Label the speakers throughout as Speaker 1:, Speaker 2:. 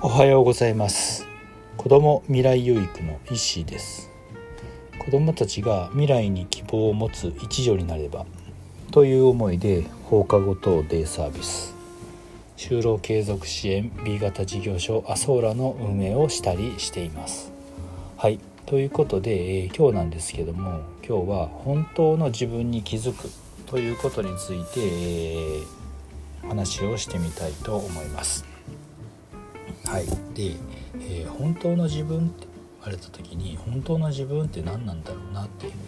Speaker 1: はようございます。子ども未来養育の石井です。子どもたちが未来に希望を持つ一助になればという思いで放課後等デイサービス就労継続支援 B 型事業所アソーラの運営をしたりしています。はい、ということで、今日なんですけども、今日は本当の自分に気づくということについて、話をしてみたいと思います。はい、で、本当の自分って言われた時に、本当の自分って何なんだろうなって、考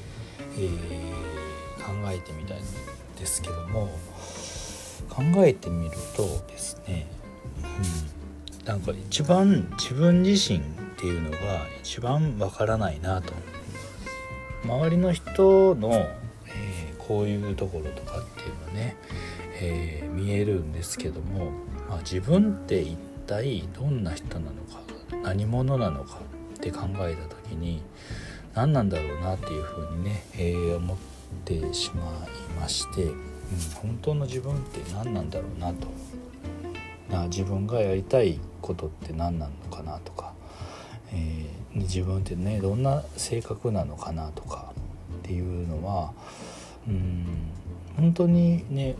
Speaker 1: えてみたいんですけども、考えてみるとですね、なんか一番自分自身っていうのが一番わからないなと。周りの人の、こういうところとかっていうのね、見えるんですけども、自分って一体どんな人なのか、何者なのかって考えた時に何なんだろうなっていうふうにね、思ってしまいまして、本当の自分って何なんだろうなと、自分がやりたいことって何なのかなとか、自分ってねどんな性格なのかなとかっていうのは、本当にね、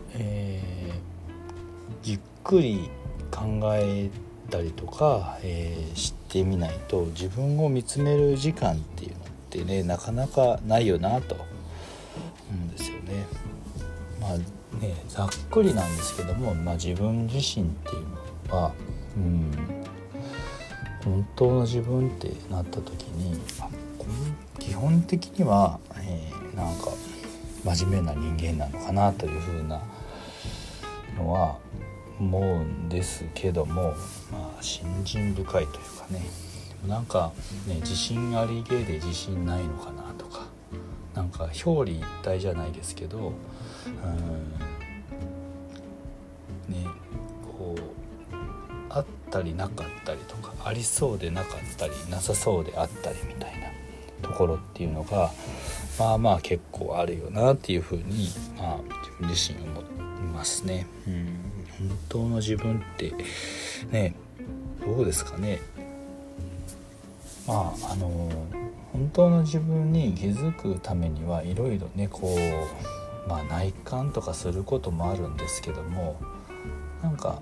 Speaker 1: じっくり考えたりとか、知ってみないと自分を見つめる時間っていうのってねなかなかないよなと思うんですよね。ざっくりなんですけども、自分自身っていうのは、本当の自分ってなった時に、基本的には、なんか真面目な人間なのかなというふうなのは思うんですけども、信心深いというかね、なんかね、自信ありげで自信ないのかなとか、なんか表裏一体じゃないですけど、こうあったりなかったりとか、ありそうでなかったりなさそうであったりみたいなところっていうのが結構あるよなっていうふうに、自分自身思いますね。本当の自分ってね、どうですかね。本当の自分に気づくためにはいろいろね、内観とかすることもあるんですけども、なんか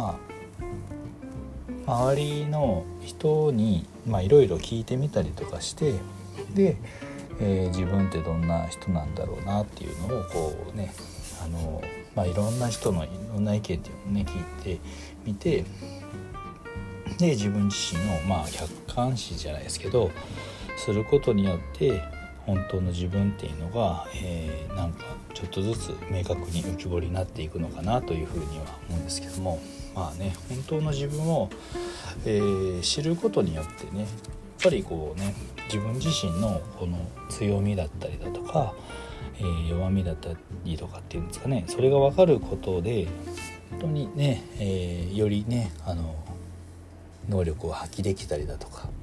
Speaker 1: 周りの人にいろいろ聞いてみたりとかして、で、自分ってどんな人なんだろうなっていうのをいろんな人のいろんな意見っていうのをね聞いてみて、で自分自身を客観視じゃないですけどすることによって本当の自分っていうのが、なんかちょっとずつ明確に浮き彫りになっていくのかなというふうには思うんですけども、本当の自分を、知ることによってね、やっぱり自分自身のこの強みだったりだとか、弱みだったりとかっていうんですかね、それが分かることで本当にね、よりね能力を発揮できたりだとか、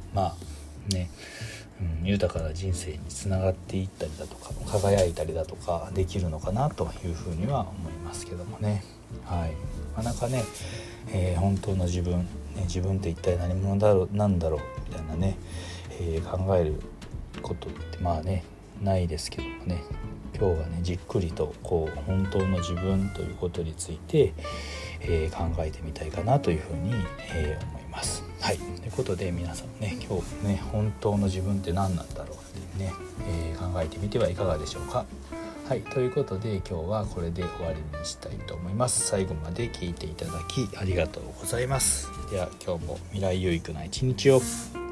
Speaker 1: 豊かな人生につながっていったりだとか、輝いたりだとかできるのかなというふうには思いますけどもね。なんかね、本当の自分、自分って一体何者なんだろうみたいなね、考えることってないですけどもね、今日はねじっくりと本当の自分ということについて、考えてみたいかなというふうに、思います。ということで皆さんね、今日ね本当の自分って何なんだろうってね、考えてみてはいかがでしょうか。ということで今日はこれで終わりにしたいと思います。最後まで聞いていただきありがとうございます。では今日も未来有益な一日を。